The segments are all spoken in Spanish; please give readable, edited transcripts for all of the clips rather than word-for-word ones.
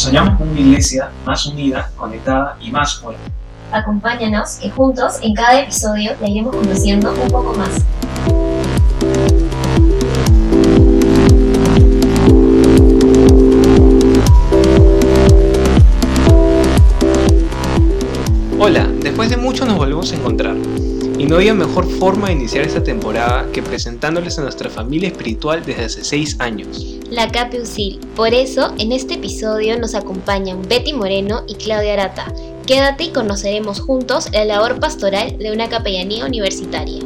Soñamos con una iglesia más unida, conectada y más fuerte. Acompáñanos que juntos en cada episodio la iremos conociendo un poco más. Hola, después de mucho nos volvemos a encontrar. Y no había mejor forma de iniciar esta temporada que presentándoles a nuestra familia espiritual desde hace 6 años. La Cape UCIL. Por eso, en este episodio nos acompañan Betty Moreno y Claudia Arata. Quédate y conoceremos juntos la labor pastoral de una capellanía universitaria.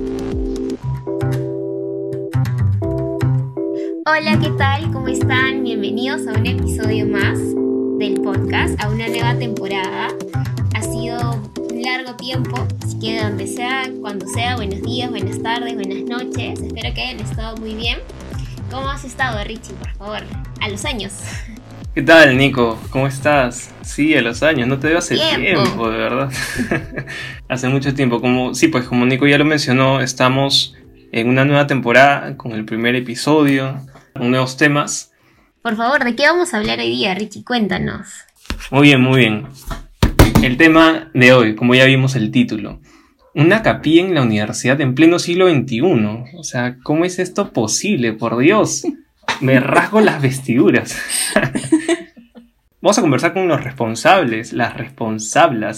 Hola, ¿qué tal? ¿Cómo están? Bienvenidos a un episodio más del podcast, a una nueva temporada. Ha sido un largo tiempo, así que donde sea, cuando sea, buenos días, buenas tardes, buenas noches. Espero que hayan estado muy bien. ¿Cómo has estado, Richie? Por favor, a los años. ¿Qué tal, Nico? ¿Cómo estás? Sí, a los años, no te veo hace tiempo, de verdad. Hace mucho tiempo. Como Nico ya lo mencionó, estamos en una nueva temporada con el primer episodio, con nuevos temas. Por favor, ¿de qué vamos a hablar hoy día, Richie? Cuéntanos. Muy bien. El tema de hoy, como ya vimos el título, una capilla en la universidad en pleno siglo XXI. O sea, ¿cómo es esto posible? Por Dios, me rasgo las vestiduras. Vamos a conversar con los responsables, Vamos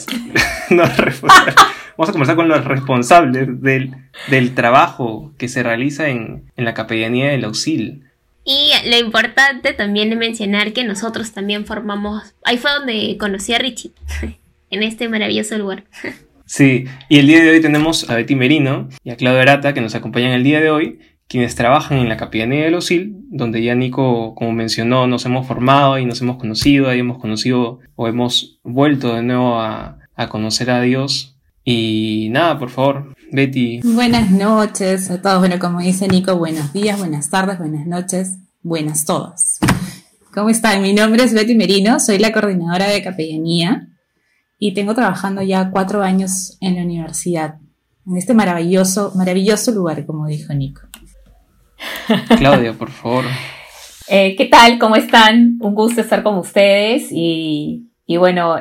a conversar con los responsables del trabajo que se realiza en la capellanía de la UCIL. Y lo importante también es mencionar que nosotros también formamos... Ahí fue donde conocí a Richie, en este maravilloso lugar. Sí, y el día de hoy tenemos a Betty Merino y a Claudia Arata que nos acompañan el día de hoy, quienes trabajan en la capellanía de la UCIL, donde ya Nico, como mencionó, nos hemos formado y nos hemos conocido, ahí hemos conocido o hemos vuelto de nuevo a conocer a Dios. Y nada, por favor, Betty. Buenas noches a todos. Bueno, como dice Nico, buenos días, buenas tardes, buenas noches, buenas todas. ¿Cómo están? Mi nombre es Betty Merino, soy la coordinadora de capellanía y tengo trabajando ya 4 años en la universidad, en este maravilloso lugar, como dijo Nico. Claudia, por favor. ¿Qué tal? ¿Cómo están? Un gusto estar con ustedes y bueno,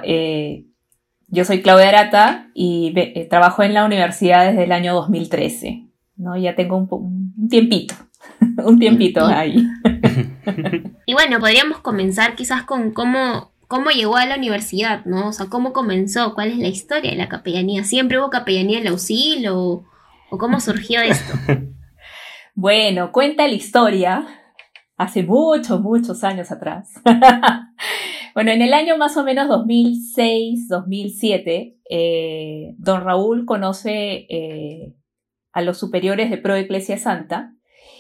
yo soy Claudia Arata y trabajo en la universidad desde el año 2013, ¿no? Ya tengo un tiempito ahí. Y bueno, podríamos comenzar quizás con cómo llegó a la universidad, ¿no? O sea, ¿cómo comenzó? ¿Cuál es la historia de la capellanía? ¿Siempre hubo capellanía en la UCIL o cómo surgió esto? Bueno, cuenta la historia hace muchos años atrás. Bueno, en el año más o menos 2006-2007, don Raúl conoce a los superiores de Pro Ecclesia Santa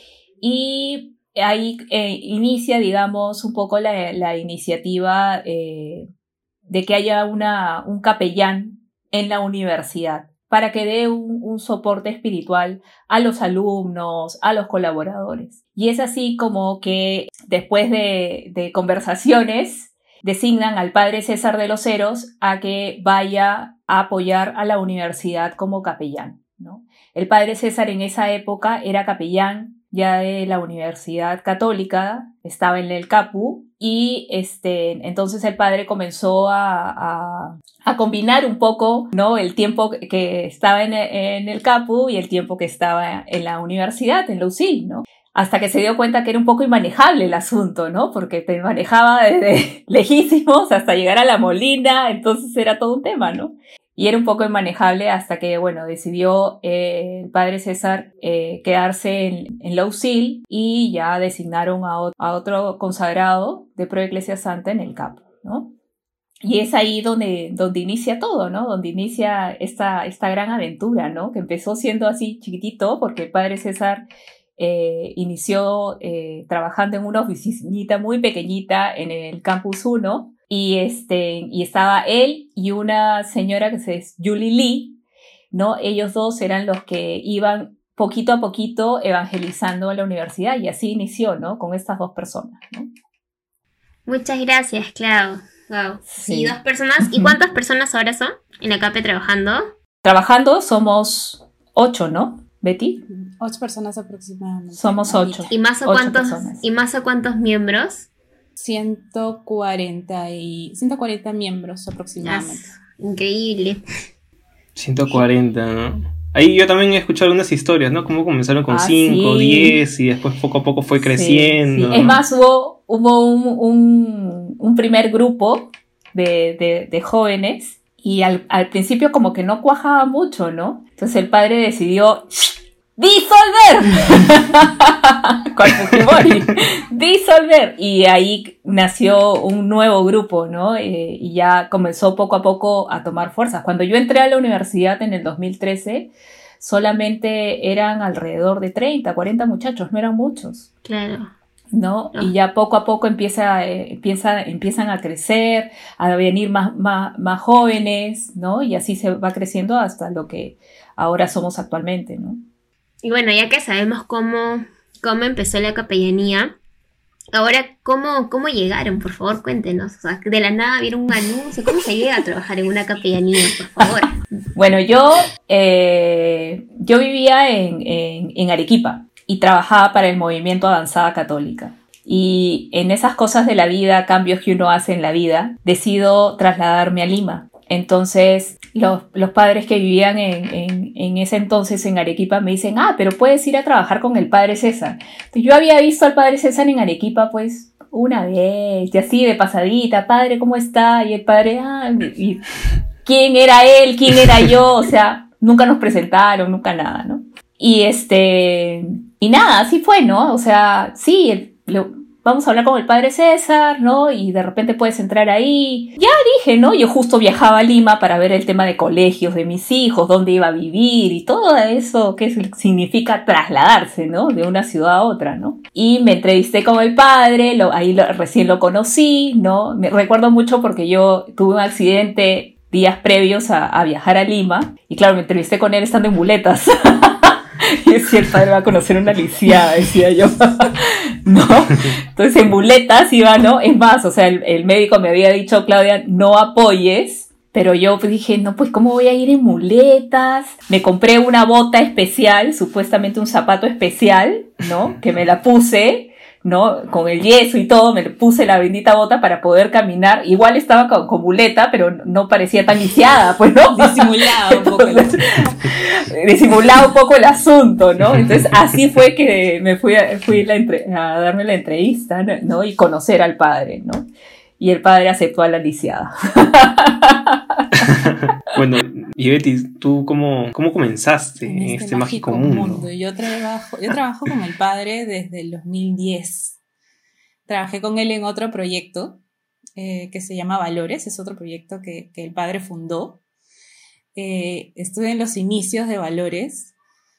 y ahí inicia, digamos, un poco la iniciativa de que haya un capellán en la universidad para que dé un soporte espiritual a los alumnos, a los colaboradores. Y es así como que después de conversaciones designan al padre César de los Heros a que vaya a apoyar a la universidad como capellán, ¿no? El padre César en esa época era capellán ya de la Universidad Católica, estaba en el CAPU y entonces el padre comenzó a combinar un poco, ¿no? El tiempo que estaba en el CAPU y el tiempo que estaba en la universidad, en la UCIL, ¿no? Hasta que se dio cuenta que era un poco inmanejable el asunto, ¿no? Porque te manejaba desde lejísimos hasta llegar a La Molina, entonces era todo un tema, ¿no? Y era un poco inmanejable hasta que, bueno, decidió el padre César quedarse en la UCIL y ya designaron a otro consagrado de Pro Ecclesia Santa en el CAP, ¿no? Y es ahí donde inicia todo, ¿no? Donde inicia esta gran aventura, ¿no? Que empezó siendo así chiquitito porque el padre César inició trabajando en una oficinita muy pequeñita en el Campus 1 y estaba él y una señora que es Julie Lee, ¿no? Ellos dos eran los que iban poquito a poquito evangelizando a la universidad y así inició, ¿no? Con estas 2 personas, ¿no? Muchas gracias, Clau. Wow. Sí. 2 personas. ¿Y cuántas personas ahora son en la CAPE trabajando? Trabajando somos 8, ¿no? Betty. 8 personas aproximadamente. Somos 8. ¿Y más a cuántos miembros? 140 miembros aproximadamente. Increíble. 140, ¿no? Ahí yo también he escuchado algunas historias, ¿no? Cómo comenzaron con 5, sí. 10 y después poco a poco fue creciendo. Sí. Es más, hubo un primer grupo de jóvenes y al principio como que no cuajaba mucho, ¿no? Entonces el padre decidió ¡disolver! Con Fujimori. ¡Disolver! Y ahí nació un nuevo grupo, ¿no? Y ya comenzó poco a poco a tomar fuerzas. Cuando yo entré a la universidad en el 2013, solamente eran alrededor de 30, 40 muchachos, no eran muchos. Claro. ¿No? Y ya poco a poco empiezan a crecer, a venir más jóvenes, ¿no? Y así se va creciendo hasta lo que ahora somos actualmente, ¿no? Y bueno, ya que sabemos cómo empezó la capellanía, ahora, ¿cómo llegaron? Por favor, cuéntenos. O sea, de la nada vieron un anuncio. ¿Cómo se llega a trabajar en una capellanía, por favor? Bueno, yo vivía en Arequipa y trabajaba para el movimiento Avanzada Católica. Y en esas cosas de la vida, cambios que uno hace en la vida, decido trasladarme a Lima. Entonces, los padres que vivían en ese entonces en Arequipa me dicen, pero puedes ir a trabajar con el padre César. Entonces, yo había visto al padre César en Arequipa, pues, una vez, y así de pasadita, padre, ¿cómo está? Y el padre, y ¿quién era él? ¿Quién era yo? O sea, nunca nos presentaron, nunca nada, ¿no? Y nada, así fue, ¿no? O sea, sí, vamos a hablar con el padre César, ¿no? Y de repente puedes entrar ahí. Ya dije, ¿no? Yo justo viajaba a Lima para ver el tema de colegios de mis hijos, dónde iba a vivir y todo eso que significa trasladarse, ¿no? De una ciudad a otra, ¿no? Y me entrevisté con el padre, recién lo conocí, ¿no? Me recuerdo mucho porque yo tuve un accidente días previos a viajar a Lima y claro, me entrevisté con él estando en muletas. Y decía, el padre va a conocer una lisiada, decía yo, ¿no? Entonces en muletas iba, ¿no? Es más, o sea, el médico me había dicho, Claudia, no apoyes, pero yo dije, no, pues ¿cómo voy a ir en muletas? Me compré una bota especial, supuestamente un zapato especial, ¿no? Que me la puse, ¿no? Con el yeso y todo, me puse la bendita bota para poder caminar. Igual estaba con muleta, pero no parecía tan lisiada, pues, ¿no? Disimulaba un poco disimulaba un poco el asunto, ¿no? Entonces, así fue que me fui a darme la entrevista, ¿no? Y conocer al padre, ¿no? Y el padre aceptó a la lisiada. Bueno, y Betty, ¿tú cómo comenzaste en este mágico mundo? Yo trabajo con el padre desde el 2010. Trabajé con él en otro proyecto que se llama Valores, es otro proyecto que el padre fundó. Estuve en los inicios de Valores.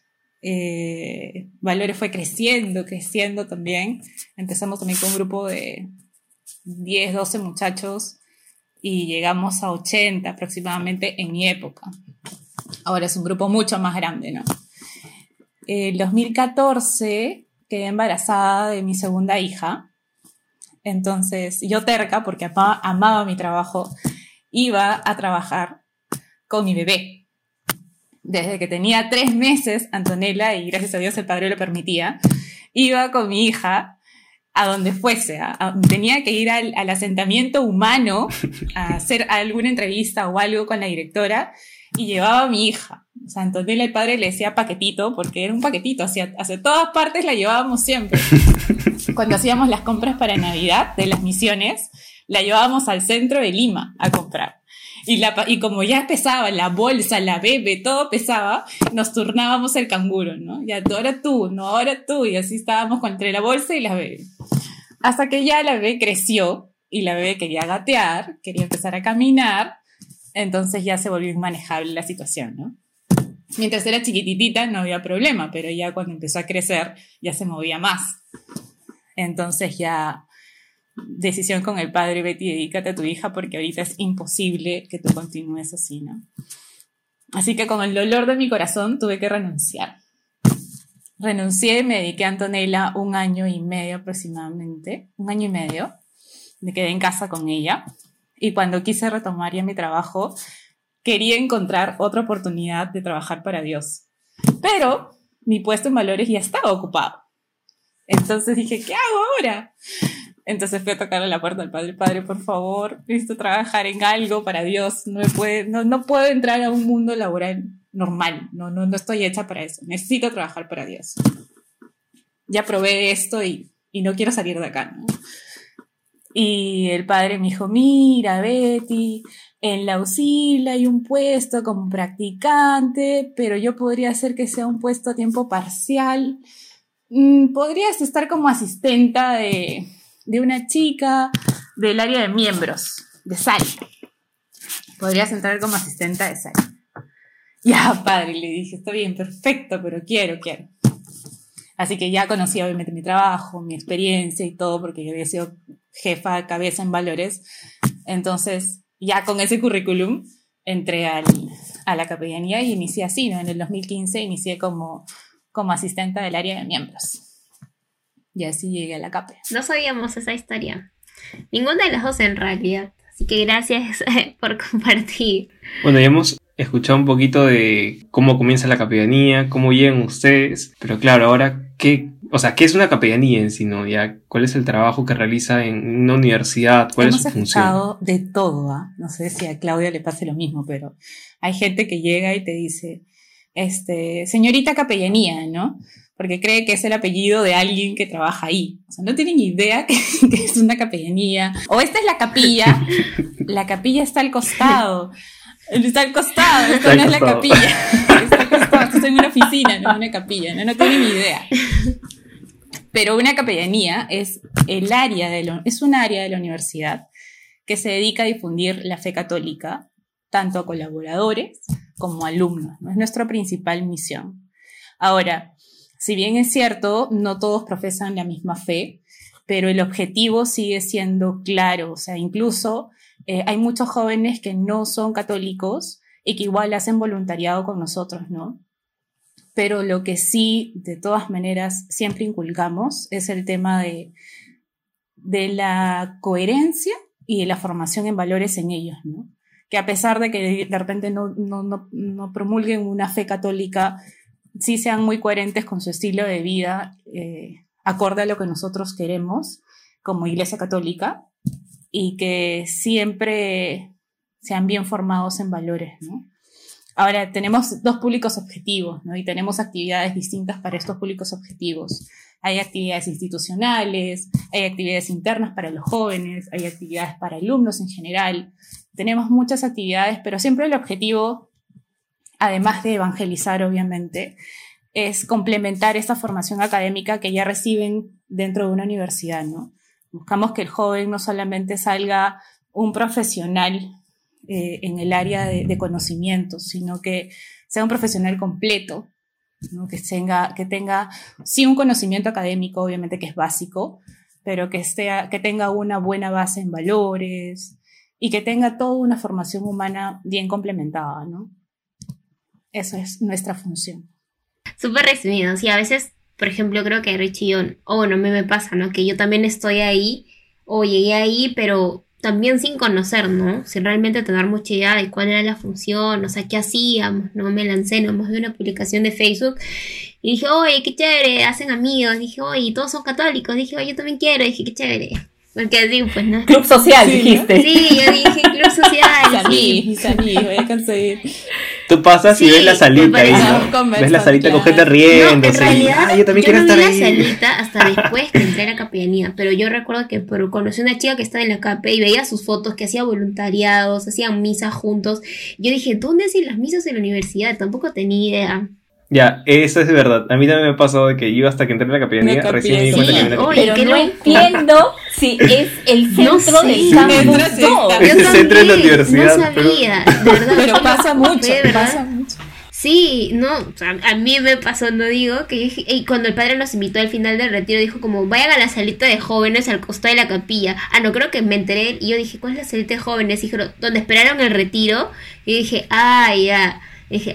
Valores fue creciendo también. Empezamos también con un grupo de 10, 12 muchachos y llegamos a 80 aproximadamente en mi época. Ahora es un grupo mucho más grande, ¿no? En 2014 quedé embarazada de mi segunda hija. Entonces yo terca, porque amaba mi trabajo, iba a trabajar con mi bebé. Desde que tenía 3 meses, Antonella, y gracias a Dios el padre lo permitía, iba con mi hija a donde fuese. Tenía que ir al asentamiento humano a hacer alguna entrevista o algo con la directora y llevaba a mi hija. O sea, Antonella, el padre le decía paquetito porque era un paquetito, hacia todas partes la llevábamos siempre. Cuando hacíamos las compras para Navidad de las misiones, la llevábamos al centro de Lima a comprar. Y como ya pesaba la bolsa, la bebé, todo pesaba, nos turnábamos el canguro, ¿no? Ya ahora tú, no, ahora tú. Y así estábamos entre la bolsa y la bebé. Hasta que ya la bebé creció y la bebé quería gatear, quería empezar a caminar, entonces ya se volvió inmanejable la situación, ¿no? Mientras era chiquititita no había problema, pero ya cuando empezó a crecer ya se movía más. Entonces ya... decisión con el padre, Betty, dedícate a tu hija porque ahorita es imposible que tú continúes así, ¿no? Así que con el dolor de mi corazón tuve que renunciar. Renuncié, me dediqué a Antonella 1 año y medio aproximadamente, 1 año y medio, me quedé en casa con ella y cuando quise retomar ya mi trabajo quería encontrar otra oportunidad de trabajar para Dios, pero mi puesto en Valores ya estaba ocupado. Entonces dije, ¿qué hago ahora? Entonces fui a tocarle la puerta al padre. Padre, por favor, necesito trabajar en algo para Dios. No puedo entrar a un mundo laboral normal. No estoy hecha para eso. Necesito trabajar para Dios. Ya probé esto y no quiero salir de acá, ¿no? Y el padre me dijo, mira, Betty, en la UCIL hay un puesto como practicante, pero yo podría hacer que sea un puesto a tiempo parcial. Podrías estar como asistenta de una chica del área de miembros, de SAL. Podrías entrar como asistenta de SAL. Ya, padre, le dije, está bien, perfecto, pero quiero. Así que ya conocí obviamente mi trabajo, mi experiencia y todo, porque yo había sido jefa de cabeza en valores. Entonces, ya con ese currículum, entré a la capellanía y inicié así, ¿no? En el 2015 inicié como asistente del área de miembros. Y así llegué a la CAPE. No sabíamos esa historia. Ninguna de las dos en realidad. Así que gracias por compartir. Bueno, ya hemos escuchado un poquito de cómo comienza la capellanía, cómo llegan ustedes, pero claro, ahora, ¿qué es una capellanía en sí, no? Ya, ¿cuál es el trabajo que realiza en una universidad? ¿Cuál es su función? Hemos escuchado de todo, ¿ah? No sé si a Claudia le pase lo mismo, pero hay gente que llega y te dice, señorita capellanía, ¿no? Porque cree que es el apellido de alguien que trabaja ahí. O sea, no tienen idea que es una capellanía. O esta es la capilla. La capilla está al costado. Está al costado. Esto no es la capilla. Está al costado. Esto es en una oficina, no en una capilla. No tienen ni idea. Pero una capellanía es un área de la universidad que se dedica a difundir la fe católica, tanto a colaboradores como a alumnos, ¿no? Es nuestra principal misión. Ahora, si bien es cierto, no todos profesan la misma fe, pero el objetivo sigue siendo claro. O sea, incluso hay muchos jóvenes que no son católicos y que igual hacen voluntariado con nosotros, ¿no? Pero lo que sí, de todas maneras, siempre inculcamos es el tema de la coherencia y de la formación en valores en ellos, ¿no? Que a pesar de que de repente no promulguen una fe católica, sí sean muy coherentes con su estilo de vida, acorde a lo que nosotros queremos como Iglesia Católica, y que siempre sean bien formados en valores, ¿no? Ahora, tenemos dos públicos objetivos, ¿no? Y tenemos actividades distintas para estos públicos objetivos. Hay actividades institucionales, hay actividades internas para los jóvenes, hay actividades para alumnos en general. Tenemos muchas actividades, pero siempre el objetivo, además de evangelizar, obviamente, es complementar esta formación académica que ya reciben dentro de una universidad, ¿no? Buscamos que el joven no solamente salga un profesional en el área de conocimientos, sino que sea un profesional completo, ¿no? Que tenga sí un conocimiento académico, obviamente que es básico, pero que tenga una buena base en valores y que tenga toda una formación humana bien complementada, ¿no? Eso es nuestra función. Súper resumido. Sí, a veces, por ejemplo, creo que Richie y yo, bueno, me pasa, ¿no? Que yo también estoy ahí o llegué ahí, pero también sin conocer, ¿no? Sin realmente tener mucha idea de cuál era la función, o sea, qué hacíamos, ¿no? Me lancé nomás de una publicación de Facebook y dije, oye, qué chévere, hacen amigos. Dije, oye, todos son católicos. Dije, oye, yo también quiero. Dije, qué chévere. Porque así, pues, ¿no? Club social, Sí, dijiste. Sí, yo dije club social. Mis amigos, voy a conseguir. Tú pasas y Sí, ves la salita me ahí, parece ¿no? un Ves la salita con claro. gente riéndose. No, en realidad, Yo también quiero no estar vi ahí. la salita hasta después que entré a la capellanía, pero yo recuerdo que conocí a una chica que estaba en la cape y veía sus fotos, que hacía voluntariados, hacían misas juntos. Yo dije, ¿dónde hacen las misas en la universidad? Tampoco tenía idea. Ya, eso es verdad. A mí también me pasó de que iba hasta que entré en la capellanía, Una recién me di capilla, cuenta sí. que había una Oye, capilla. qué Pero no locura. entiendo si es el No centro sé. del campus. Entra, sí, No. está. Es el centro de la universidad, No sabía, de verdad. Pero pasa mucho, Fue de verdad. pasa mucho. Sí, no, o sea, a mí me pasó, no digo, que dije, y cuando el padre nos invitó al final del retiro, dijo como, vayan a la salita de jóvenes al costado de la capilla. Ah, no, creo que me enteré, y yo dije, ¿cuál es la salita de jóvenes? Y dijeron, donde esperaron el retiro, y dije, ya. Dije,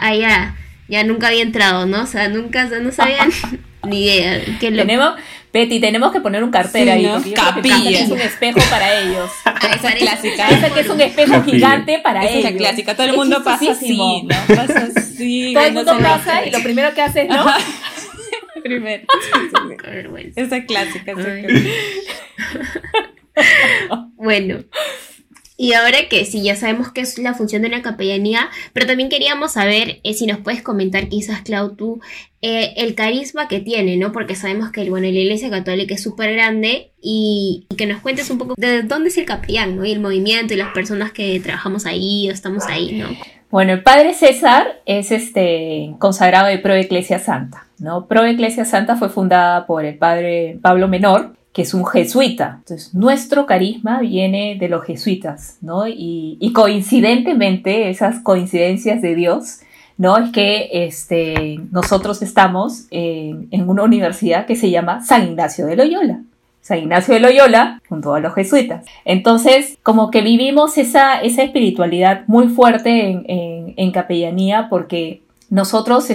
ya nunca había entrado, ¿no? O sea, no sabían ni idea. Qué loco. Tenemos que poner un cartel Sí, ahí. ¿no? Porque yo creo que Capilla. es un espejo para ellos. Esa es clásica. Esa que es un espejo Capilla. gigante para Esa es ellos. la clásica. Todo el Es mundo pasa así, chistosísimo. ¿no? Pasa así. Todo el mundo viéndose pasa la- y lo primero que hace es, ¿no? Primero. Qué vergüenza. Esa es clásica. Ay. Bueno, y ahora que sí, ya sabemos que es la función de una capellanía, pero también queríamos saber si nos puedes comentar quizás, Clau, tú, el carisma que tiene, ¿no? Porque sabemos que, bueno, la Iglesia Católica es súper grande y que nos cuentes un poco de dónde es el capellán, ¿no? Y el movimiento y las personas que trabajamos ahí o estamos ahí, ¿no? Bueno, el padre César es consagrado de Pro Ecclesia Santa, ¿no? Pro Ecclesia Santa fue fundada por el padre Pablo Menor, que es un jesuita. Entonces, nuestro carisma viene de los jesuitas, ¿no? Y coincidentemente, esas coincidencias de Dios, ¿no? Es que nosotros estamos en una universidad que se llama San Ignacio de Loyola. San Ignacio de Loyola junto a los jesuitas. Entonces, como que vivimos esa espiritualidad muy fuerte en capellanía, porque nosotros,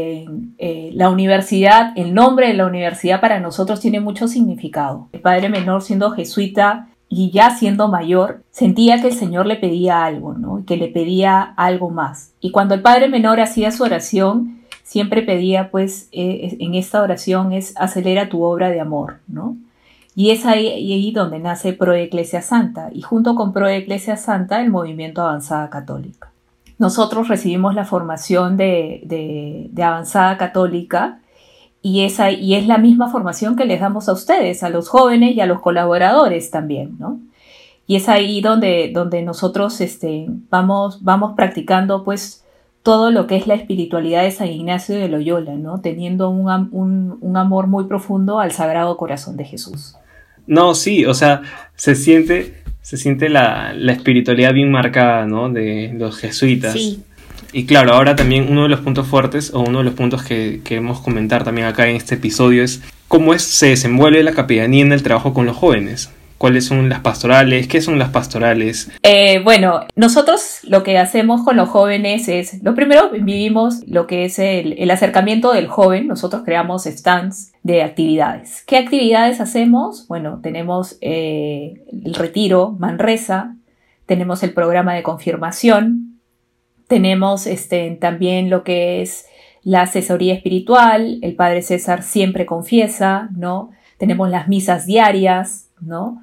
la universidad, el nombre de la universidad para nosotros tiene mucho significado. El padre Menor, siendo jesuita y ya siendo mayor, sentía que el Señor le pedía algo, ¿no? Que le pedía algo más. Y cuando el padre Menor hacía su oración, siempre pedía, pues, en esta oración es acelera tu obra de amor, ¿no? Y es ahí donde nace Pro Ecclesia Santa, y junto con Pro Ecclesia Santa el movimiento Avanzada Católica. Nosotros recibimos la formación de Avanzada Católica y es la misma formación que les damos a ustedes, a los jóvenes y a los colaboradores también, ¿no? Y es ahí donde nosotros vamos practicando, pues, todo lo que es la espiritualidad de San Ignacio de Loyola, ¿no? Teniendo un amor muy profundo al Sagrado Corazón de Jesús. No, sí, o sea, se siente la espiritualidad bien marcada, ¿no? De los jesuitas. Sí. Y claro, ahora también uno de los puntos fuertes, o uno de los puntos que queremos comentar también acá en este episodio es cómo se desenvuelve la capellanía en el trabajo con los jóvenes. ¿Cuáles son las pastorales? ¿Qué son las pastorales? Bueno, nosotros lo que hacemos con los jóvenes es, lo primero, vivimos lo que es el acercamiento del joven. Nosotros creamos stands de actividades. ¿Qué actividades hacemos? Bueno, tenemos el retiro Manresa, tenemos el programa de confirmación, tenemos también lo que es la asesoría espiritual, el padre César siempre confiesa, ¿no? Tenemos las misas diarias, ¿no?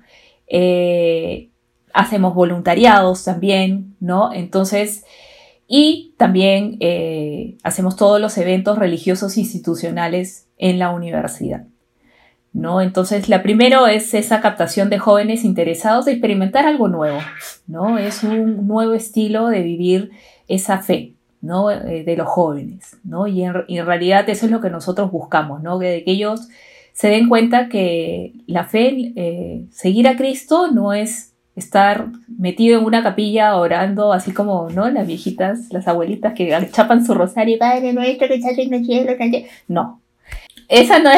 Hacemos voluntariados también, ¿no? Entonces, y también hacemos todos los eventos religiosos institucionales en la universidad, ¿no? Entonces, la primero es esa captación de jóvenes interesados de experimentar algo nuevo, ¿no? Es un nuevo estilo de vivir esa fe, ¿no? De los jóvenes, ¿no? Y en realidad eso es lo que nosotros buscamos, ¿no? Que ellos se den cuenta que la fe, seguir a Cristo no es estar metido en una capilla orando así como, ¿no? Las viejitas, las abuelitas que chapan su rosario, Padre nuestro que estás en el cielo. No. Esa no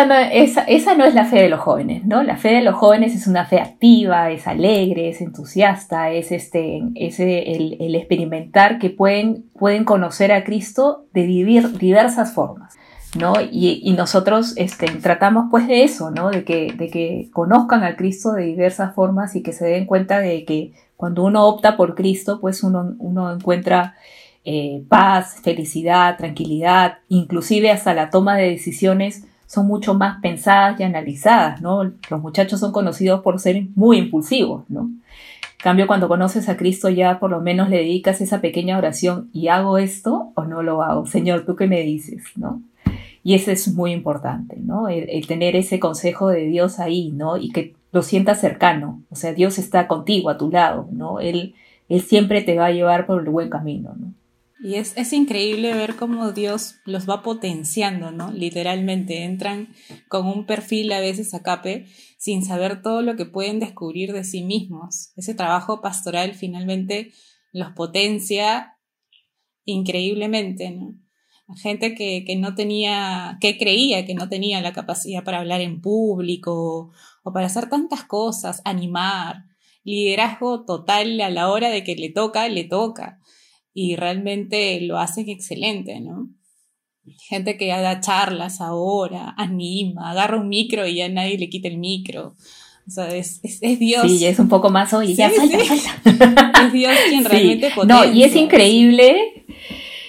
es la fe de los jóvenes, ¿no? La fe de los jóvenes es una fe activa, es alegre, es entusiasta, es el experimentar que pueden conocer a Cristo de diversas formas, ¿no? Y nosotros tratamos pues de eso, ¿no? De que conozcan a Cristo de diversas formas y que se den cuenta de que cuando uno opta por Cristo, pues uno encuentra paz, felicidad, tranquilidad, inclusive hasta la toma de decisiones son mucho más pensadas y analizadas, ¿no? Los muchachos son conocidos por ser muy impulsivos, ¿no? En cambio, cuando conoces a Cristo ya por lo menos le dedicas esa pequeña oración, ¿y hago esto o no lo hago? Señor, ¿tú qué me dices? ¿No? Y eso es muy importante, ¿no? El tener ese consejo de Dios ahí, ¿no? Y que lo sientas cercano. O sea, Dios está contigo, a tu lado, ¿no? Él siempre te va a llevar por el buen camino, ¿no? Y es increíble ver cómo Dios los va potenciando, ¿no? Literalmente entran con un perfil a veces a Cape sin saber todo lo que pueden descubrir de sí mismos. Ese trabajo pastoral finalmente los potencia increíblemente, ¿no? Gente que no tenía, que creía que no tenía la capacidad para hablar en público o para hacer tantas cosas, animar, liderazgo total a la hora de que le toca. Y realmente lo hacen excelente, ¿no? Gente que da charlas ahora, anima, agarra un micro y ya nadie le quita el micro. O sea, es Dios. Sí, es un poco más, oye, sí, ya falta. Es Dios quien realmente potencia. No, y es increíble.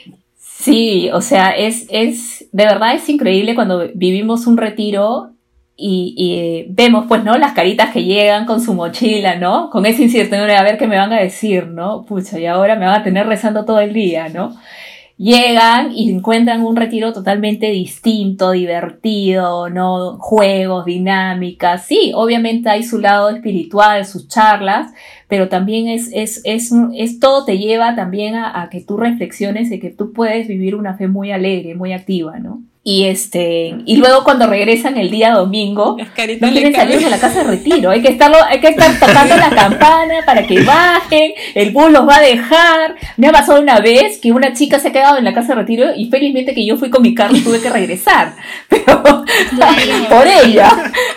Sí, o sea, de verdad es increíble cuando vivimos un retiro vemos, pues, ¿no? Las caritas que llegan con su mochila, ¿no? Con esa incertidumbre de a ver qué me van a decir, ¿no? Pucha, y ahora me van a tener rezando todo el día, ¿no? Llegan y encuentran un retiro totalmente distinto, divertido, ¿no? Juegos, dinámicas. Sí, obviamente hay su lado espiritual, sus charlas, pero también es todo te lleva también a que tú reflexiones de que tú puedes vivir una fe muy alegre, muy activa, ¿no? Y luego cuando regresan el día domingo, no quieren salir de la casa de retiro. Hay que estar tocando la campana para que bajen, el bus los va a dejar. Me ha pasado una vez que una chica se ha quedado en la casa de retiro y felizmente que yo fui con mi carro y tuve que regresar. Pero, por ella.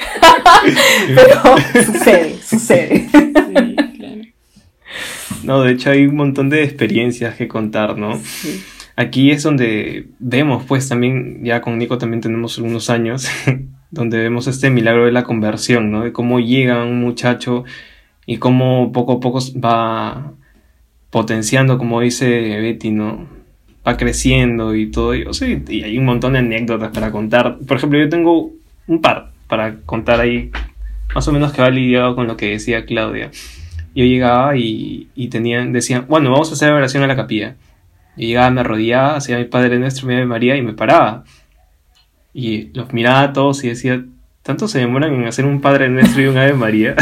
Pero sucede. Sí, claro. No, de hecho hay un montón de experiencias que contar, ¿no? Sí. Aquí es donde vemos, pues también, ya con Nico también tenemos algunos años, donde vemos este milagro de la conversión, ¿no? De cómo llega un muchacho y cómo poco a poco va potenciando, como dice Betty, ¿no? Va creciendo y todo. Y, o sea, y hay un montón de anécdotas para contar. Por ejemplo, yo tengo un par para contar ahí, más o menos que va lidiado con lo que decía Claudia. Yo llegaba y decían, bueno, vamos a hacer oración a la capilla. Yo llegaba, me arrodillaba, hacía mi Padre Nuestro, mi Ave María y me paraba. Y los miraba a todos y decía, ¿tanto se demoran en hacer un Padre Nuestro y un Ave María?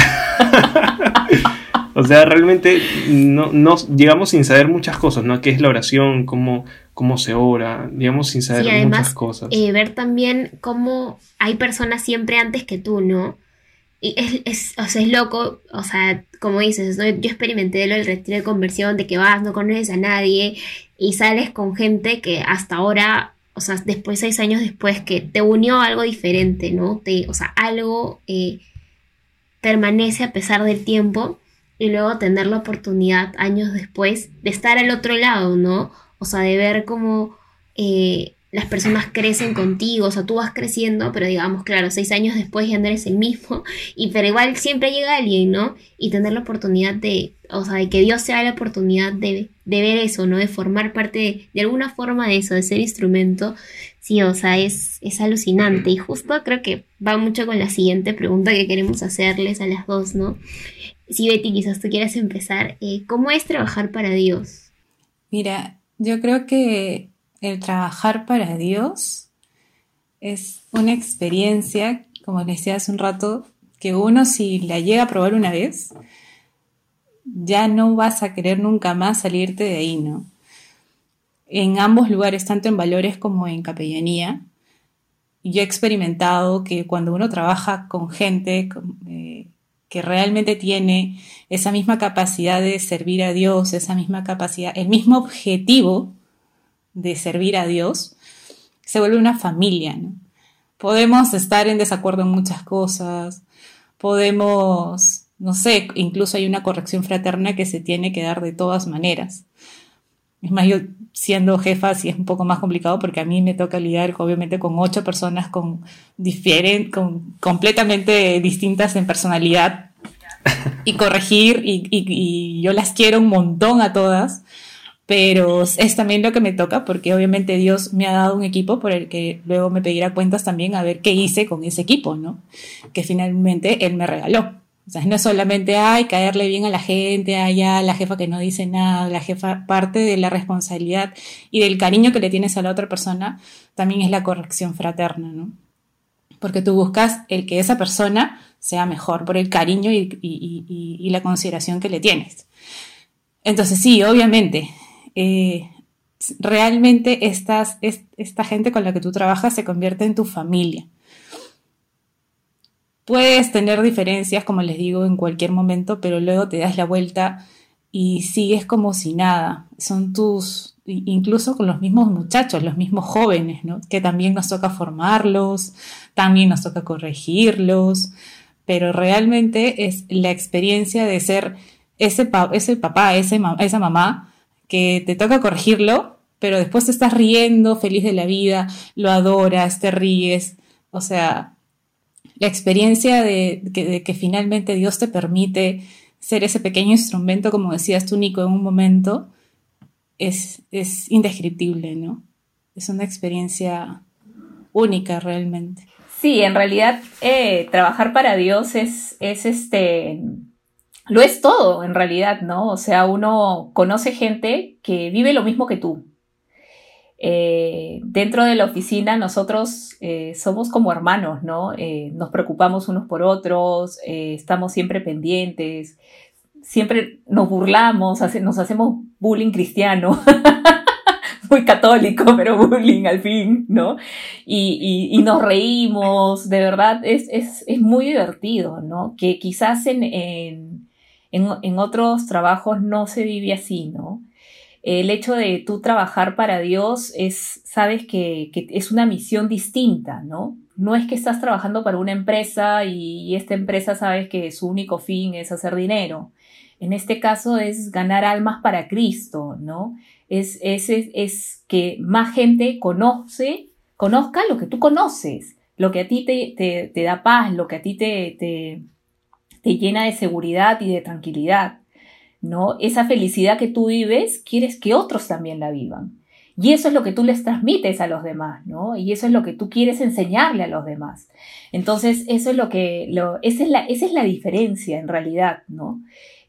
O sea, realmente no llegamos sin saber muchas cosas, ¿no? ¿Qué es la oración? ¿Cómo se ora? Llegamos sin saber muchas cosas. Ver también cómo hay personas siempre antes que tú, ¿no? Y o sea, es loco, o sea, como dices, ¿no? Yo experimenté lo del retiro de conversión, de que vas, no conoces a nadie y sales con gente que hasta ahora, o sea, 6 años después, que te unió algo diferente, ¿no? O sea, algo permanece a pesar del tiempo y luego tener la oportunidad años después de estar al otro lado, ¿no? O sea, de ver cómo las personas crecen contigo, o sea, tú vas creciendo, pero digamos, claro, 6 años después ya no eres el mismo, pero igual siempre llega alguien, ¿no? Y tener la oportunidad o sea, de que Dios sea la oportunidad de ver eso, ¿no? De formar parte de alguna forma de eso, de ser instrumento, sí, o sea, es alucinante. Y justo creo que va mucho con la siguiente pregunta que queremos hacerles a las dos, ¿no? Sí, Betty, quizás tú quieras empezar. ¿Cómo es trabajar para Dios? Mira, yo creo que el trabajar para Dios es una experiencia, como les decía hace un rato, que uno si la llega a probar una vez, ya no vas a querer nunca más salirte de ahí, ¿no? En ambos lugares, tanto en valores como en capellanía, yo he experimentado que cuando uno trabaja con gente que realmente tiene esa misma capacidad de servir a Dios, esa misma capacidad, el mismo objetivo de servir a Dios, se vuelve una familia, ¿no? Podemos estar en desacuerdo en muchas cosas, podemos, no sé, incluso hay una corrección fraterna que se tiene que dar de todas maneras. Es más, yo siendo jefa sí es un poco más complicado porque a mí me toca lidiar obviamente con 8 personas completamente distintas en personalidad y corregir y yo las quiero un montón a todas, pero es también lo que me toca porque obviamente Dios me ha dado un equipo por el que luego me pedirá cuentas también a ver qué hice con ese equipo, ¿no? Que finalmente Él me regaló. O sea, no es solamente, caerle bien a la gente, la jefa que no dice nada, la jefa, parte de la responsabilidad y del cariño que le tienes a la otra persona, también es la corrección fraterna, ¿no? Porque tú buscas el que esa persona sea mejor por el cariño y la consideración que le tienes. Entonces, sí, obviamente, realmente esta gente con la que tú trabajas se convierte en tu familia. Puedes tener diferencias, como les digo, en cualquier momento, pero luego te das la vuelta y sigues como si nada. Son incluso con los mismos muchachos, los mismos jóvenes, ¿no? Que también nos toca formarlos, también nos toca corregirlos, pero realmente es la experiencia de ser ese papá, esa mamá, que te toca corregirlo, pero después te estás riendo, feliz de la vida, lo adoras, te ríes, o sea, la experiencia de que finalmente Dios te permite ser ese pequeño instrumento, como decías tú, Nico, en un momento, es indescriptible, ¿no? Es una experiencia única realmente. Sí, en realidad trabajar para Dios lo es todo en realidad, ¿no? O sea, uno conoce gente que vive lo mismo que tú. Dentro de la oficina nosotros somos como hermanos, ¿no? Nos preocupamos unos por otros, estamos siempre pendientes, siempre nos burlamos, nos hacemos bullying cristiano, muy católico, pero bullying al fin, ¿no? Y nos reímos, de verdad, es muy divertido, ¿no? Que quizás en otros trabajos no se vive así, ¿no? El hecho de tú trabajar para Dios sabes que es una misión distinta, ¿no? No es que estás trabajando para una empresa y esta empresa sabes que su único fin es hacer dinero. En este caso es ganar almas para Cristo, ¿no? Es que más gente conozca lo que tú conoces, lo que a ti te da paz, lo que a ti te llena de seguridad y de tranquilidad, ¿no? Esa felicidad que tú vives, quieres que otros también la vivan. Y eso es lo que tú les transmites a los demás, ¿no? Y eso es lo que tú quieres enseñarle a los demás. Entonces, eso es esa es la diferencia en realidad, ¿no?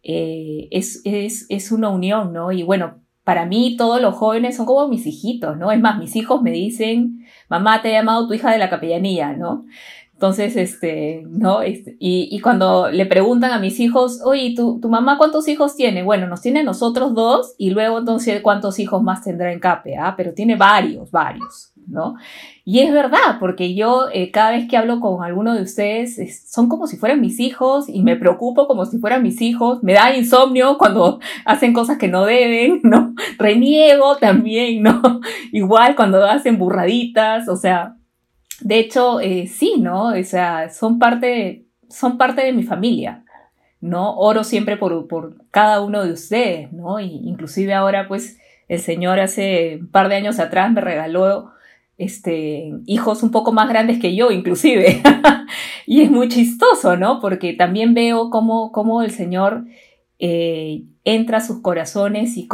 Es una unión, ¿no? Y bueno, para mí todos los jóvenes son como mis hijitos, ¿no? Es más, mis hijos me dicen, mamá, te ha llamado tu hija de la capellanía, ¿no? Entonces, ¿no? Y cuando le preguntan a mis hijos, oye, ¿tu mamá cuántos hijos tiene? Bueno, nos tiene a nosotros 2 y luego entonces cuántos hijos más tendrá en Cape, ¿ah? Pero tiene varios, ¿no? Y es verdad, porque yo cada vez que hablo con alguno de ustedes son como si fueran mis hijos y me preocupo como si fueran mis hijos, me da insomnio cuando hacen cosas que no deben, ¿no? Reniego también, ¿no? Igual cuando hacen burraditas, o sea, de hecho, sí, ¿no? O sea, son parte de mi familia, ¿no? Oro siempre por cada uno de ustedes, ¿no? Y inclusive ahora, pues, el Señor hace un par de años atrás me regaló hijos un poco más grandes que yo, inclusive. Y es muy chistoso, ¿no? Porque también veo cómo el Señor entra a sus corazones y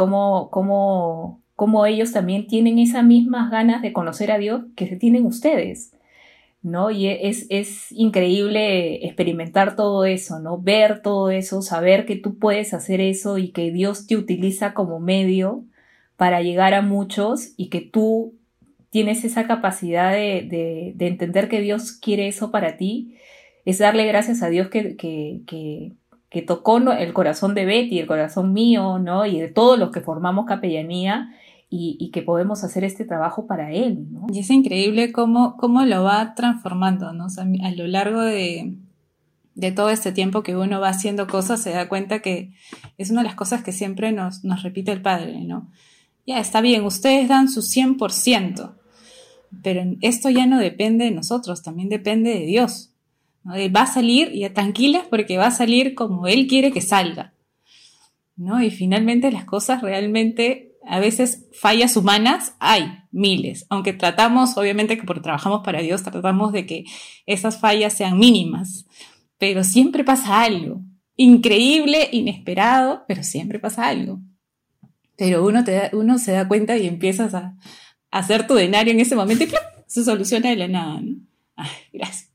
cómo ellos también tienen esas mismas ganas de conocer a Dios que tienen ustedes, ¿no? Y es increíble experimentar todo eso, ¿no? Ver todo eso, saber que tú puedes hacer eso y que Dios te utiliza como medio para llegar a muchos y que tú tienes esa capacidad de entender que Dios quiere eso para ti. Es darle gracias a Dios que tocó el corazón de Betty, el corazón mío, ¿no? Y de todos los que formamos capellanía y que podemos hacer este trabajo para Él, ¿no? Y es increíble cómo lo va transformando, ¿no? O sea, a lo largo de todo este tiempo que uno va haciendo cosas, se da cuenta que es una de las cosas que siempre nos repite el Padre, ¿no? Ya, está bien, ustedes dan su 100%, pero esto ya no depende de nosotros, también depende de Dios, ¿no? Va a salir, y tranquilas, porque va a salir como Él quiere que salga, ¿no? Y finalmente las cosas realmente, a veces fallas humanas, hay miles, aunque tratamos, obviamente que porque trabajamos para Dios, tratamos de que esas fallas sean mínimas, pero siempre pasa algo, increíble, inesperado, pero siempre pasa algo. Pero uno se da cuenta y empiezas a hacer tu denario en ese momento y ¡plum!, se soluciona de la nada, ¿no? Ay, gracias.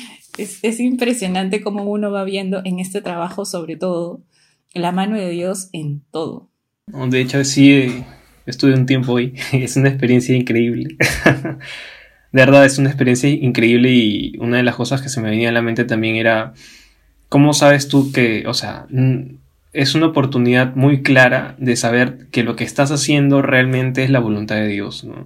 Es impresionante cómo uno va viendo en este trabajo, sobre todo, la mano de Dios en todo. De hecho, sí, estuve un tiempo ahí. Es una experiencia increíble. De verdad, es una experiencia increíble y una de las cosas que se me venía a la mente también era ¿cómo sabes tú que, o sea, es una oportunidad muy clara de saber que lo que estás haciendo realmente es la voluntad de Dios, ¿no?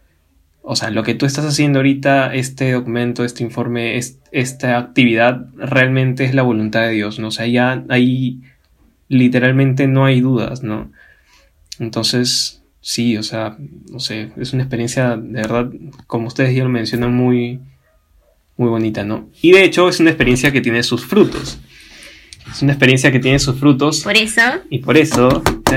O sea, lo que tú estás haciendo ahorita, este documento, este informe, esta actividad, realmente es la voluntad de Dios, ¿no? O sea, ya ahí literalmente no hay dudas, ¿no? Entonces, sí, o sea, no sé, es una experiencia de verdad, como ustedes ya lo mencionan, muy, muy bonita, ¿no? Y de hecho es una experiencia que tiene sus frutos. Es una experiencia que tiene sus frutos. Por eso. Y por eso.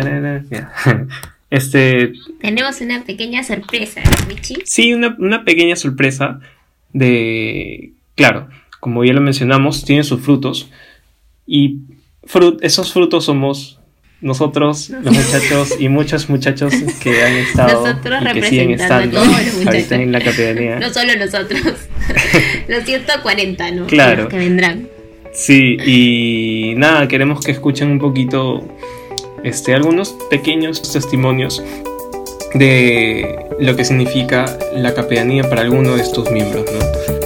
Tenemos una pequeña sorpresa, ¿no, Michi? Sí, una pequeña sorpresa de. Claro, como ya lo mencionamos, tiene sus frutos. Y esos frutos somos nosotros, los muchachos, y muchos muchachos que han estado nosotros y que siguen estando a todos los muchachos ahorita en la capellanía. No solo nosotros. Los 140, ¿no? Claro. Los que vendrán. Sí, y nada, queremos que escuchen un poquito algunos pequeños testimonios de lo que significa la capellanía para alguno de estos miembros, ¿no?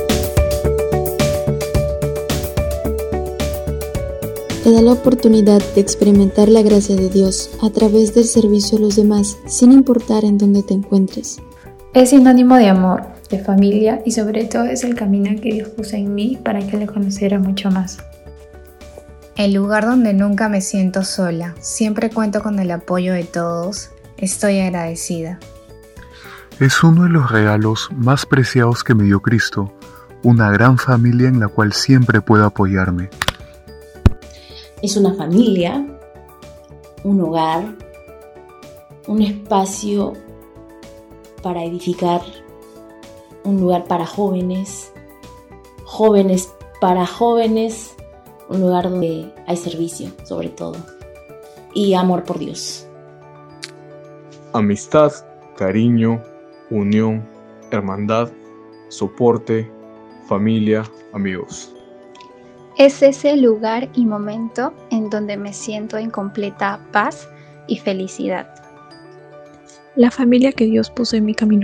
Te da la oportunidad de experimentar la gracia de Dios a través del servicio a los demás, sin importar en dónde te encuentres. Es sinónimo de amor, de familia y sobre todo es el camino que Dios puso en mí para que le conociera mucho más. El lugar donde nunca me siento sola, siempre cuento con el apoyo de todos, estoy agradecida. Es uno de los regalos más preciados que me dio Cristo, una gran familia en la cual siempre puedo apoyarme. Es una familia, un hogar, un espacio para edificar, un lugar para jóvenes, jóvenes para jóvenes, un lugar donde hay servicio, sobre todo, y amor por Dios. Amistad, cariño, unión, hermandad, soporte, familia, amigos. Es ese lugar y momento en donde me siento en completa paz y felicidad. La familia que Dios puso en mi camino.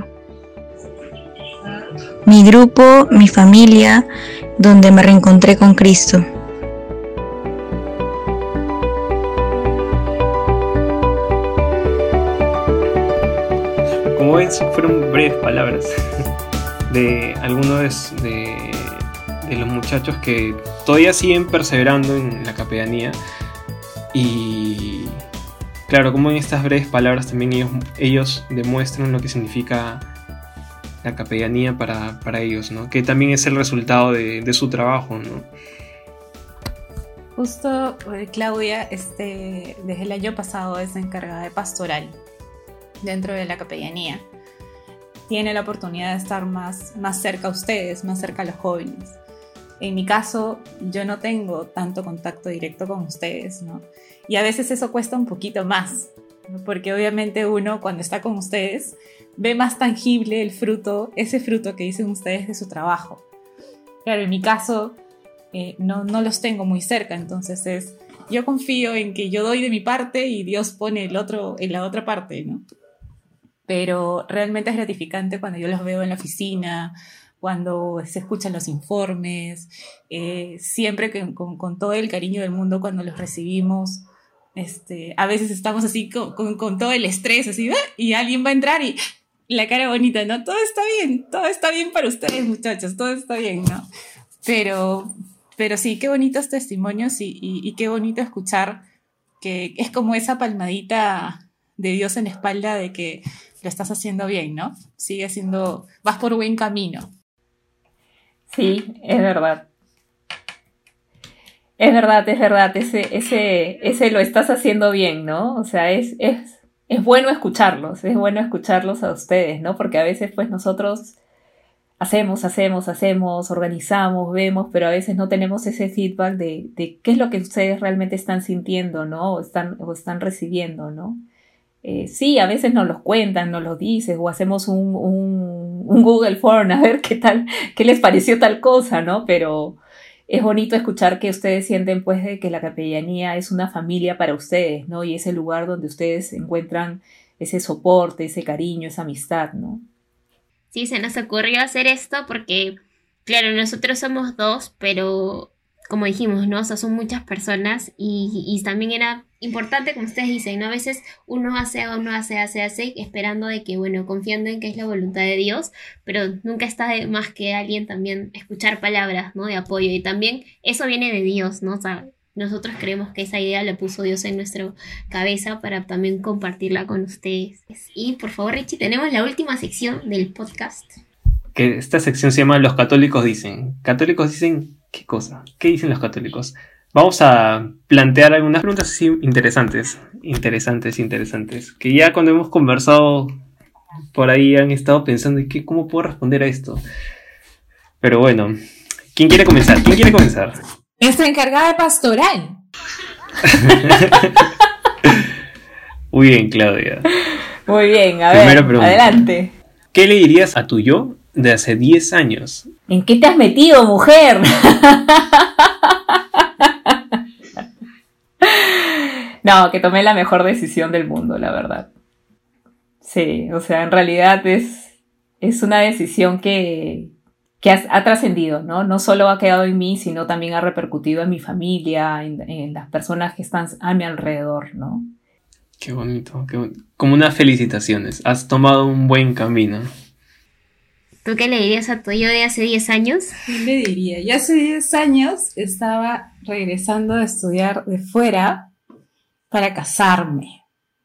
Mi grupo, mi familia, donde me reencontré con Cristo. Como ven, fueron breves palabras de algunos de los muchachos que todavía siguen perseverando en la capellanía. Y claro, como en estas breves palabras también ellos demuestran lo que significa la capellanía para ellos, ¿no? Que también es el resultado de su trabajo, ¿no? Justo Claudia, desde el año pasado es encargada de pastoral dentro de la capellanía. Tiene la oportunidad de estar más cerca a ustedes, más cerca a los jóvenes. En mi caso, yo no tengo tanto contacto directo con ustedes, ¿no? Y a veces eso cuesta un poquito más, ¿no? Porque obviamente uno cuando está con ustedes ve más tangible el fruto, ese fruto que dicen ustedes de su trabajo. Claro, en mi caso no los tengo muy cerca, entonces yo confío en que yo doy de mi parte y Dios pone el otro en la otra parte, ¿no? Pero realmente es gratificante cuando yo los veo en la oficina, cuando se escuchan los informes, siempre con todo el cariño del mundo cuando los recibimos. A veces estamos así con todo el estrés, así, y alguien va a entrar y la cara bonita, ¿no? Todo está bien para ustedes, muchachos, todo está bien, ¿no? Pero sí, qué bonitos testimonios y qué bonito escuchar que es como esa palmadita de Dios en la espalda de que lo estás haciendo bien, ¿no? Vas por buen camino. Sí, es verdad. Es verdad, ese lo estás haciendo bien, ¿no? O sea, es bueno escucharlos a ustedes, ¿no? Porque a veces pues nosotros hacemos, organizamos, vemos, pero a veces no tenemos ese feedback de qué es lo que ustedes realmente están sintiendo, ¿no? O están recibiendo, ¿no? Sí, a veces nos los cuentan, nos los dicen, o hacemos un Google Form a ver qué les pareció tal cosa, ¿no? Pero es bonito escuchar que ustedes sienten pues de que la capellanía es una familia para ustedes, ¿no? Y es el lugar donde ustedes encuentran ese soporte, ese cariño, esa amistad, ¿no? Sí, se nos ocurrió hacer esto porque, claro, nosotros somos dos, pero como dijimos, ¿no? O sea, son muchas personas y también era importante, como ustedes dicen, ¿no? A veces uno hace, esperando de que, bueno, confiando en que es la voluntad de Dios, pero nunca está de más que alguien también escuchar palabras, ¿no? De apoyo, y también eso viene de Dios, ¿no? O sea, nosotros creemos que esa idea la puso Dios en nuestra cabeza para también compartirla con ustedes. Y por favor, Richie, tenemos la última sección del podcast. Que esta sección se llama Los católicos dicen. ¿Católicos dicen qué cosa? ¿Qué dicen los católicos? Vamos a plantear algunas preguntas así interesantes, que ya cuando hemos conversado por ahí han estado pensando ¿cómo puedo responder a esto? Pero bueno, ¿quién quiere comenzar? Nuestra encargada de pastoral. Muy bien, Claudia. Muy bien, a ver, adelante. ¿Qué le dirías a tu yo de hace 10 años. ¿En qué te has metido, mujer? No, que tomé la mejor decisión del mundo, la verdad. Sí, o sea, en realidad es una decisión que ha trascendido, ¿no? No solo ha quedado en mí, sino también ha repercutido en mi familia, en las personas que están a mi alrededor, ¿no? Qué bonito, como unas felicitaciones. Has tomado un buen camino. ¿Tú qué le dirías a tu yo de hace 10 años? ¿Qué le diría? Yo hace 10 años estaba regresando a estudiar de fuera para casarme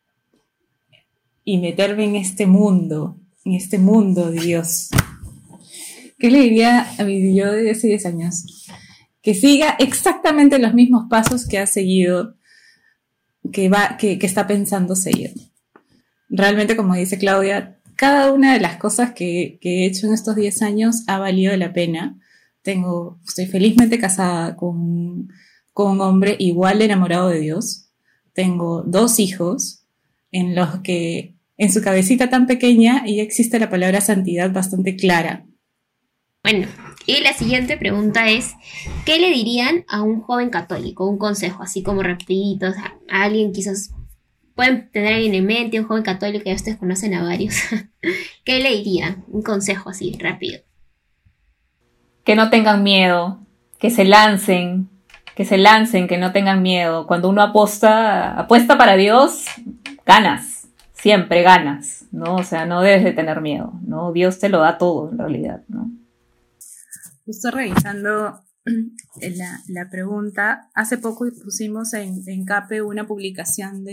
y meterme en este mundo de Dios. ¿Qué le diría a mi yo de hace 10 años? Que siga exactamente los mismos pasos que ha seguido, que está pensando seguir. Realmente, como dice Claudia, cada una de las cosas que he hecho en estos 10 años ha valido la pena. Estoy felizmente casada con un hombre igual enamorado de Dios. Tengo 2 hijos en los que en su cabecita tan pequeña ya existe la palabra santidad bastante clara. Bueno, y la siguiente pregunta es, ¿qué le dirían a un joven católico? Un consejo, así como rapidito, o sea, a alguien quizás, pueden tener a alguien en mente, un joven católico, ya ustedes conocen a varios. ¿Qué le dirían? Un consejo así, rápido. Que no tengan miedo, que se lancen, que no tengan miedo. Cuando uno apuesta para Dios, ganas, siempre ganas, ¿no? O sea, no debes de tener miedo, ¿no? Dios te lo da todo, en realidad, ¿no? Justo revisando la pregunta, hace poco pusimos en CAPE una publicación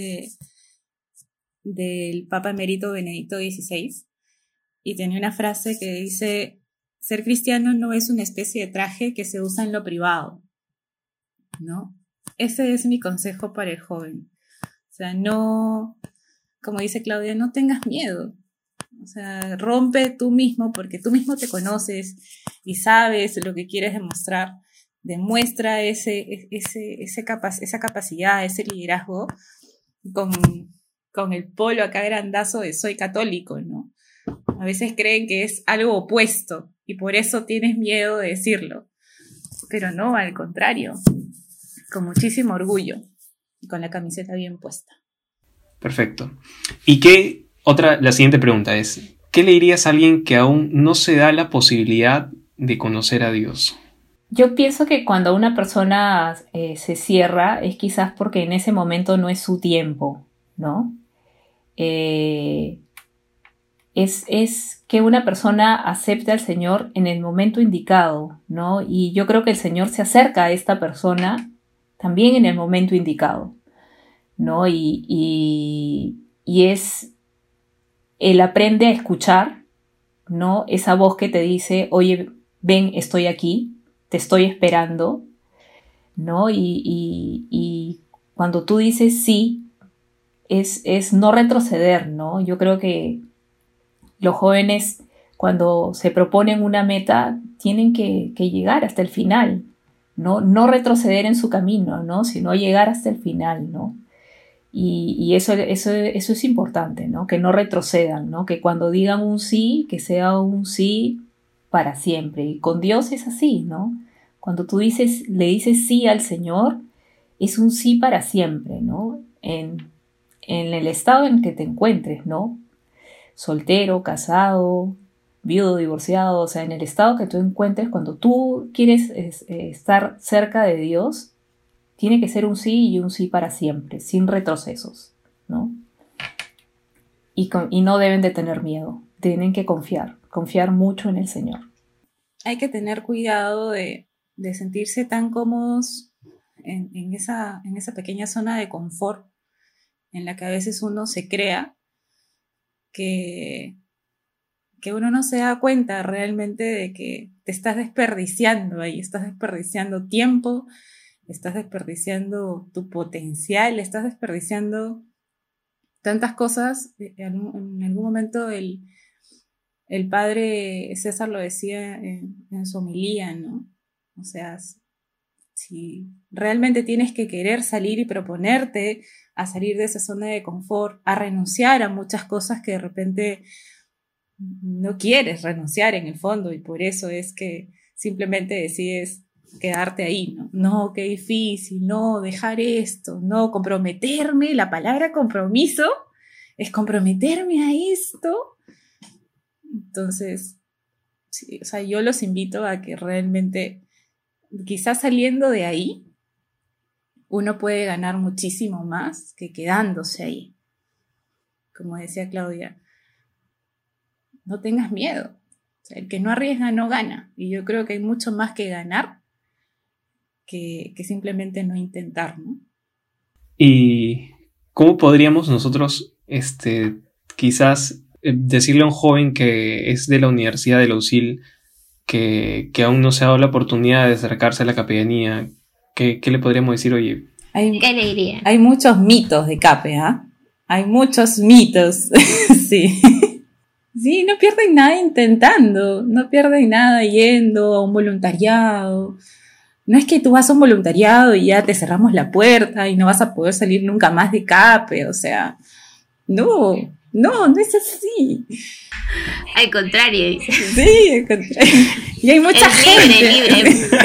del Papa Emérito Benedicto XVI y tenía una frase que dice: ser cristiano no es una especie de traje que se usa en lo privado, ¿no? Ese es mi consejo para el joven. O sea, no, como dice Claudia, no tengas miedo. O sea, rompe tú mismo, porque tú mismo te conoces y sabes lo que quieres demostrar. Demuestra esa capacidad, ese liderazgo con el polo acá grandazo de soy católico, ¿no? A veces creen que es algo opuesto y por eso tienes miedo de decirlo. Pero no, al contrario, con muchísimo orgullo y con la camiseta bien puesta. Perfecto. ¿Y la siguiente pregunta es, ¿qué le dirías a alguien que aún no se da la posibilidad de conocer a Dios? Yo pienso que cuando una persona se cierra es quizás porque en ese momento no es su tiempo, ¿no? Es que una persona acepte al Señor en el momento indicado, ¿no? Y yo creo que el Señor se acerca a esta persona también en el momento indicado, ¿no? Y él aprende a escuchar, ¿no? Esa voz que te dice, oye, ven, estoy aquí, te estoy esperando, ¿no? Y cuando tú dices sí, es no retroceder, ¿no? Yo creo que los jóvenes, cuando se proponen una meta, tienen que llegar hasta el final, ¿no? No retroceder en su camino, ¿no? Sino llegar hasta el final, ¿no? Y eso es importante, ¿no? Que no retrocedan, ¿no? Que cuando digan un sí, que sea un sí para siempre. Y con Dios es así, ¿no? Cuando tú le dices sí al Señor, es un sí para siempre, ¿no? En el estado en que te encuentres, ¿no? Soltero, casado, viudo, divorciado, o sea, en el estado que tú encuentres, cuando tú quieres estar cerca de Dios, tiene que ser un sí y un sí para siempre, sin retrocesos, ¿no? Y no deben de tener miedo, tienen que confiar mucho en el Señor. Hay que tener cuidado de sentirse tan cómodos en esa pequeña zona de confort en la que a veces uno se crea que uno no se da cuenta realmente de que te estás desperdiciando ahí, estás desperdiciando tiempo, estás desperdiciando tu potencial, estás desperdiciando tantas cosas. En algún momento el padre César lo decía en su homilía, ¿no? O sea, si realmente tienes que querer salir y proponerte a salir de esa zona de confort, a renunciar a muchas cosas que de repente no quieres renunciar en el fondo y por eso es que simplemente decides quedarte ahí, ¿no? No, qué difícil, no, dejar esto, no, comprometerme, la palabra compromiso es comprometerme a esto. Entonces, sí, o sea, yo los invito a que realmente, quizás saliendo de ahí, uno puede ganar muchísimo más que quedándose ahí. Como decía Claudia, no tengas miedo. O sea, el que no arriesga no gana. Y yo creo que hay mucho más que ganar que simplemente no intentar, ¿no? ¿Y cómo podríamos nosotros, quizás decirle a un joven que es de la Universidad de la USIL que aún no se ha dado la oportunidad de acercarse a la capellanía? ¿Qué le podríamos decir? Oye, ¿qué le diría? Hay muchos mitos de Cape, ¿ah? Hay muchos mitos, sí. Sí, no pierden nada intentando, no pierden nada yendo a un voluntariado. No es que tú vas a un voluntariado y ya te cerramos la puerta y no vas a poder salir nunca más de Cape, o sea, no es así. Al contrario, dice. Sí, al contrario. Y hay mucha gente. Libre.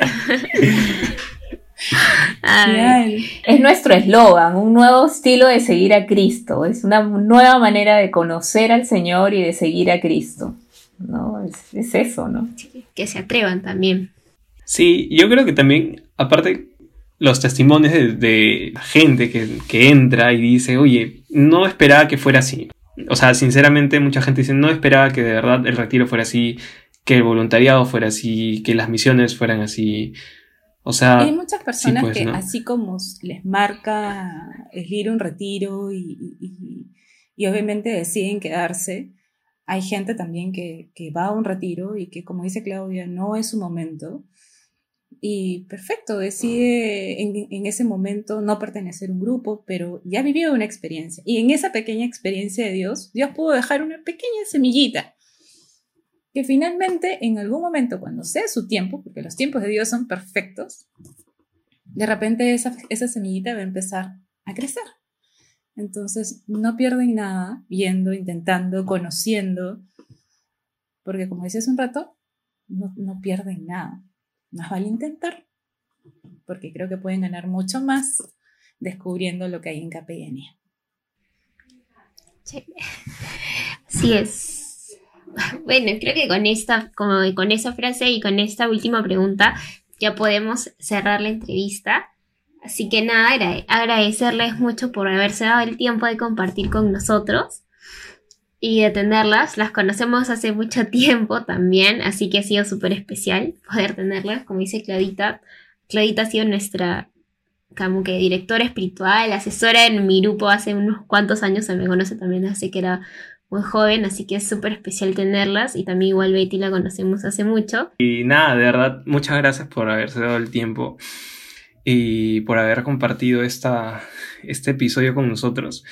Es nuestro eslogan, un nuevo estilo de seguir a Cristo. Es una nueva manera de conocer al Señor y de seguir a Cristo, ¿no? Es eso, ¿no? Que se atrevan también. Sí, yo creo que también, aparte, los testimonios de gente que entra y dice, oye, no esperaba que fuera así. O sea, sinceramente, mucha gente dice, no esperaba que de verdad el retiro fuera así, que el voluntariado fuera así, que las misiones fueran así. O sea, hay muchas personas sí, pues, que ¿no? así como les marca el ir a un retiro y obviamente deciden quedarse, hay gente también que va a un retiro y que, como dice Claudia, no es su momento y perfecto, decide en ese momento no pertenecer a un grupo, pero ya vivió una experiencia y en esa pequeña experiencia de Dios pudo dejar una pequeña semillita que finalmente en algún momento, cuando sea su tiempo, porque los tiempos de Dios son perfectos, de repente esa semillita va a empezar a crecer. Entonces no pierden nada viendo, intentando, conociendo, porque como decía hace un rato, no pierden nada. Más vale intentar, porque creo que pueden ganar mucho más descubriendo lo que hay en capellanía. Sí. Así es. Bueno, creo que con esa frase y con esta última pregunta ya podemos cerrar la entrevista. Así que nada, agradecerles mucho por haberse dado el tiempo de compartir con nosotros y de tenerlas. Las conocemos hace mucho tiempo también, así que ha sido súper especial poder tenerlas. Como dice Claudita, Claudita ha sido nuestra como que directora espiritual, asesora en mi grupo hace unos cuantos años, me conoce también desde que era muy joven, así que es súper especial tenerlas, y también igual Betty la conocemos hace mucho. Y nada, de verdad, muchas gracias por haberse dado el tiempo y por haber compartido este episodio con nosotros.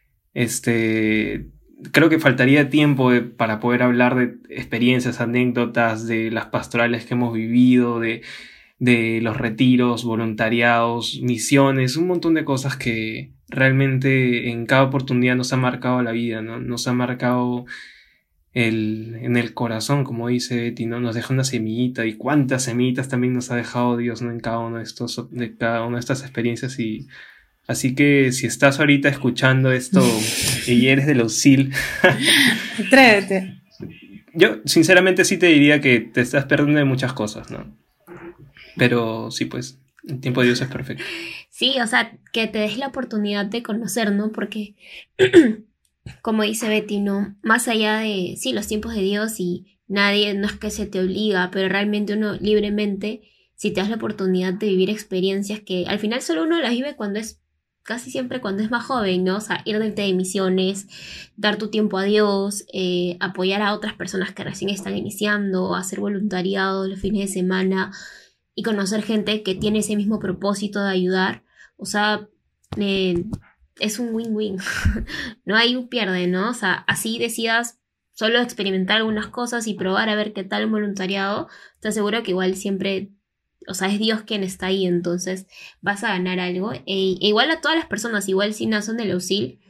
Creo que faltaría tiempo para poder hablar de experiencias, anécdotas, de las pastorales que hemos vivido, de los retiros, voluntariados, misiones, un montón de cosas que realmente en cada oportunidad nos ha marcado la vida, ¿no? Nos ha marcado en el corazón, como dice Betty, ¿no? Nos deja una semillita, y cuántas semillitas también nos ha dejado Dios, ¿no? En cada una de estas experiencias. Y así que si estás ahorita escuchando esto y eres de la USIL, atrévete. Yo sinceramente sí te diría que te estás perdiendo de muchas cosas, ¿no? Pero sí, pues, el tiempo de Dios es perfecto. Sí, o sea, que te des la oportunidad de conocer, ¿no? Porque, como dice Betty, ¿no? Más allá de, sí, los tiempos de Dios y nadie, no es que se te obliga, pero realmente uno libremente, si te das la oportunidad de vivir experiencias que al final solo uno las vive casi siempre cuando es más joven, ¿no? O sea, ir de misiones, dar tu tiempo a Dios, apoyar a otras personas que recién están iniciando, hacer voluntariado los fines de semana y conocer gente que tiene ese mismo propósito de ayudar. O sea, es un win-win. No hay un pierde, ¿no? O sea, así decidas solo experimentar algunas cosas y probar a ver qué tal un voluntariado, te aseguro que igual siempre, o sea, es Dios quien está ahí, entonces vas a ganar algo. E igual a todas las personas, igual si no son de la USIL,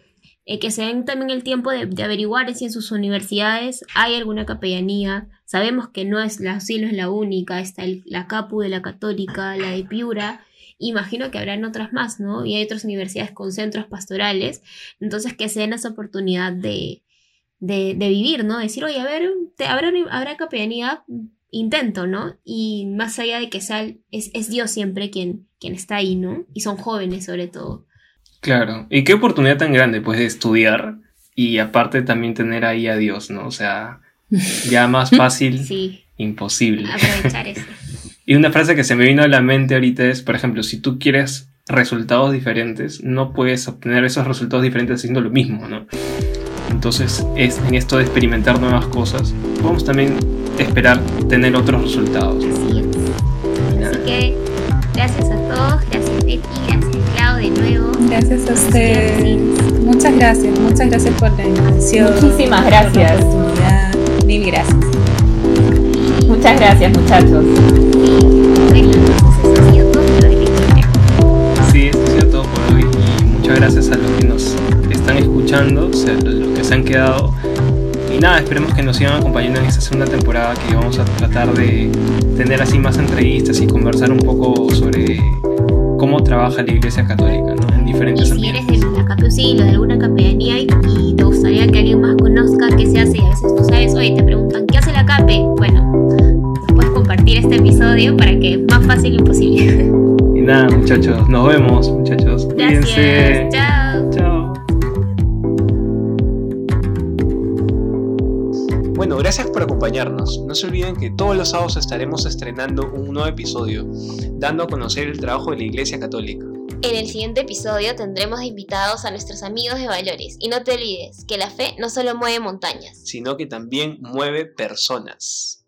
que se den también el tiempo de averiguar si en sus universidades hay alguna capellanía. Sabemos que no es la única, está la Capu de la Católica, la de Piura. Imagino que habrán otras más, ¿no? Y hay otras universidades con centros pastorales. Entonces que se den esa oportunidad de vivir, ¿no? Decir, oye, a ver, ¿habrá capellanía? Intento, ¿no? Y más allá de que es Dios siempre quien está ahí, ¿no? Y son jóvenes sobre todo. Claro, y qué oportunidad tan grande, pues, de estudiar y aparte también tener ahí a Dios, ¿no? O sea, ya más fácil, sí, imposible. Aprovechar eso. Y una frase que se me vino a la mente ahorita es, por ejemplo, si tú quieres resultados diferentes, no puedes obtener esos resultados diferentes haciendo lo mismo, ¿no? Entonces, en esto de experimentar nuevas cosas, podemos también esperar tener otros resultados. Así es. Así que, gracias a todos, gracias Betty, gracias Clau de nuevo. Gracias a ustedes. Muchas gracias por la invitación. Muchísimas gracias. Por la oportunidad. Mil gracias. Muchas gracias, muchachos. Sí, eso ha sido todo por hoy y muchas gracias a los que nos están escuchando, o sea, los que se han quedado. Y nada, esperemos que nos sigan acompañando en esta segunda temporada, que vamos a tratar de tener así más entrevistas y conversar un poco sobre cómo trabaja la Iglesia Católica, ¿no? En diferentes ambientes. Si eres de la CAPEUCIL o de alguna capellanía y te gustaría que alguien más conozca qué se hace y a veces no sabes, oye, te preguntan, ¿qué hace la CAPE? Bueno, nos puedes compartir este episodio para que más fácil imposible. Y nada, muchachos, nos vemos, muchachos. Gracias, cuídense. Chao. Chao. Bueno, gracias por acompañarnos. No se olviden que todos los sábados estaremos estrenando un nuevo episodio, dando a conocer el trabajo de la Iglesia Católica. En el siguiente episodio tendremos de invitados a nuestros amigos de Valores. Y no te olvides que la fe no solo mueve montañas, sino que también mueve personas.